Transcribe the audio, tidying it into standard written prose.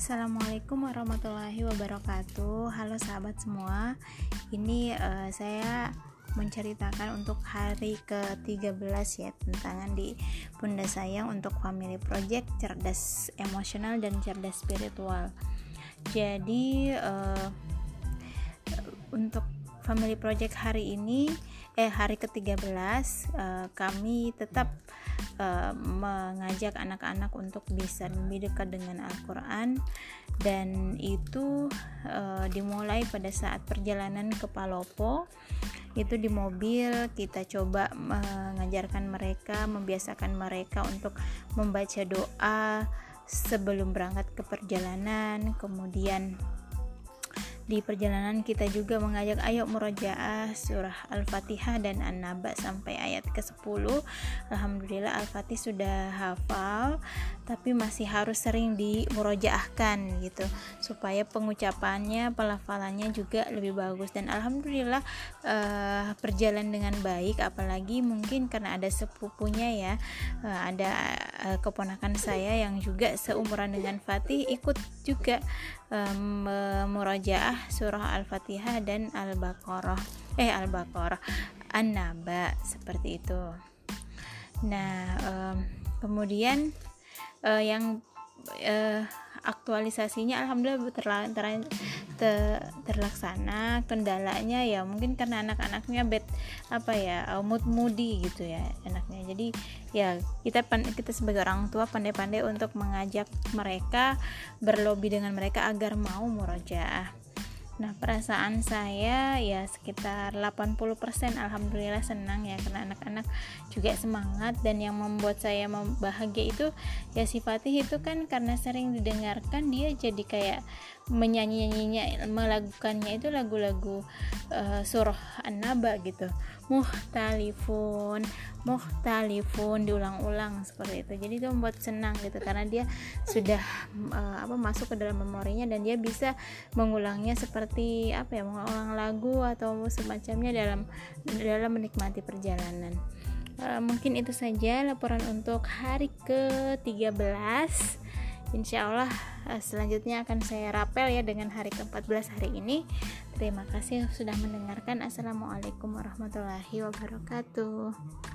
Assalamualaikum warahmatullahi wabarakatuh. Halo sahabat semua. Ini saya menceritakan untuk hari ke-13 ya, tantangan di Bunda Sayang untuk Family Project cerdas emosional dan cerdas spiritual. Jadi untuk Family Project hari ini hari ke-13 kami tetap mengajak anak-anak untuk bisa lebih dekat dengan Al-Quran, dan itu dimulai pada saat perjalanan ke Palopo. Itu di mobil kita coba mengajarkan mereka, membiasakan mereka untuk membaca doa sebelum berangkat ke perjalanan. Kemudian di perjalanan kita juga mengajak ayo murojaah surah Al-Fatihah dan An-Naba sampai ayat ke-10. Alhamdulillah Al-Fatih sudah hafal, tapi masih harus sering dimurojaahkan gitu supaya pengucapannya, pelafalannya juga lebih bagus. Dan alhamdulillah berjalan dengan baik, apalagi mungkin karena ada sepupunya ya, ada keponakan saya yang juga seumuran dengan Fatih ikut juga murojaah surah Al-Fatihah dan Al-Baqarah An-Naba seperti itu. Nah, kemudian yang aktualisasinya alhamdulillah terlaksana. Kendalanya ya mungkin karena anak-anaknya moody gitu ya anaknya. Jadi ya kita sebagai orang tua pandai-pandai untuk mengajak mereka, berlobi dengan mereka agar mau murojaah. Nah, perasaan saya ya sekitar 80% alhamdulillah senang ya, karena anak-anak juga semangat. Dan yang membuat saya bahagia itu ya si Fatih itu kan karena sering didengarkan, dia jadi kayak menyanyi-nyanyinya, melakukannya itu lagu-lagu surah An-Naba gitu, muhtalifun diulang-ulang seperti itu. Jadi itu membuat senang gitu, karena dia sudah masuk ke dalam memorinya dan dia bisa mengulangnya seperti mengulang lagu atau semacamnya dalam menikmati perjalanan. Mungkin itu saja laporan untuk hari ke-13. Insyaallah selanjutnya akan saya rapel ya dengan hari ke-14 hari ini. Terima kasih sudah mendengarkan. Assalamualaikum warahmatullahi wabarakatuh.